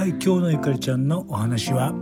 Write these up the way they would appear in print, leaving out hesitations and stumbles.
今日のゆかりちゃんのお話は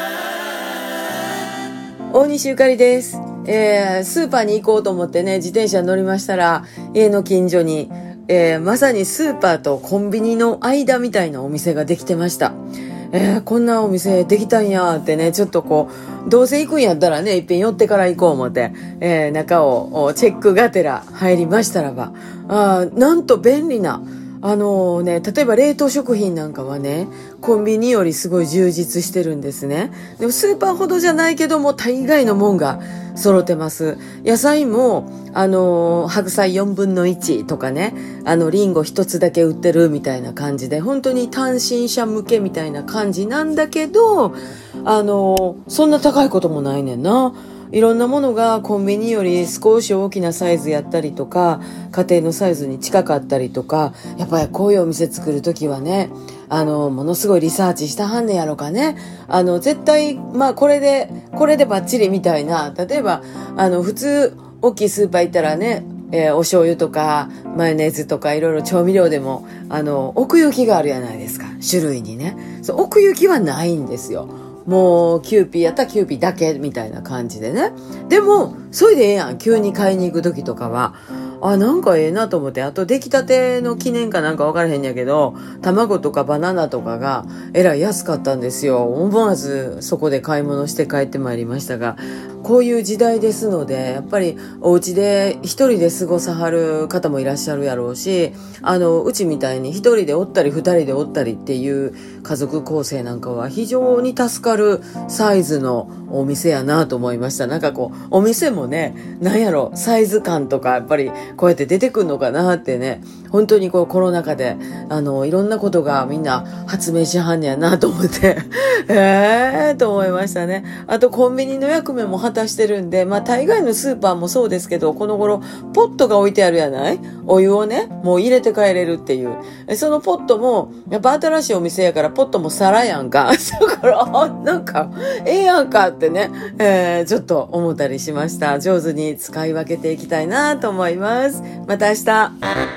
大西ゆかりです。スーパーに行こうと思ってね、自転車に乗りましたら、家の近所に、まさにスーパーとコンビニの間みたいなお店ができてました。こんなお店できたんやってね、ちょっとどうせ行くんやったらね、いっぺん寄ってから行こう思って、中をチェックがてら入りましたらば、なんと便利な、例えば冷凍食品なんかはね、コンビニよりすごい充実してるんですね。でもスーパーほどじゃないけども、大概のもんが揃ってます。野菜も、白菜4分の1とかね、リンゴ1つだけ売ってるみたいな感じで、本当に単身者向けみたいな感じなんだけど、そんな高いこともないねんな。いろんなものがコンビニより少し大きなサイズやったりとか、家庭のサイズに近かったりとか、やっぱりこういうお店作るときはね、ものすごいリサーチしたはんねやろかね。絶対、これでバッチリみたいな、例えば、普通、大きいスーパー行ったらね、お醤油とか、マヨネーズとかいろいろ調味料でも、奥行きがあるじゃないですか。種類にね。奥行きはないんですよ。もうキューピーやったらキューピーだけみたいな感じでね。でもそれでええやん。急に買いに行く時とかはなんかええなと思って、あと出来たての記念かなんか分からへんやけど、卵とかバナナとかがえらい安かったんですよ。思わずそこで買い物して帰ってまいりましたが、こういう時代ですので、やっぱりお家で一人で過ごさはる方もいらっしゃるやろうし、うちみたいに一人でおったり二人でおったりっていう家族構成なんかは非常に助かるサイズのお店やなと思いました。なんかお店もね、なんやろ、サイズ感とかやっぱりこうやって出てくるのかなってね、本当にコロナ禍でいろんなことがみんな発明しはんねやなと思ってと思いましたね。あとコンビニの役目も果たしてるんで、大概のスーパーもそうですけど、この頃ポットが置いてあるやない、お湯をねもう入れて帰れるっていう、そのポットもやっぱ新しいお店やからポットも皿やんかだからなんかええやんかってね、ちょっと思ったりしました。上手に使い分けていきたいなと思います。また明日。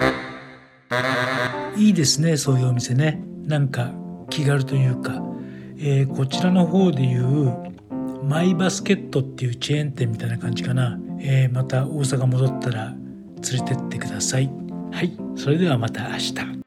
いいですね、そういうお店ね。なんか気軽というか、こちらの方でいうマイバスケットっていうチェーン店みたいな感じかな。また大阪戻ったら連れてってください。はい、それではまた明日。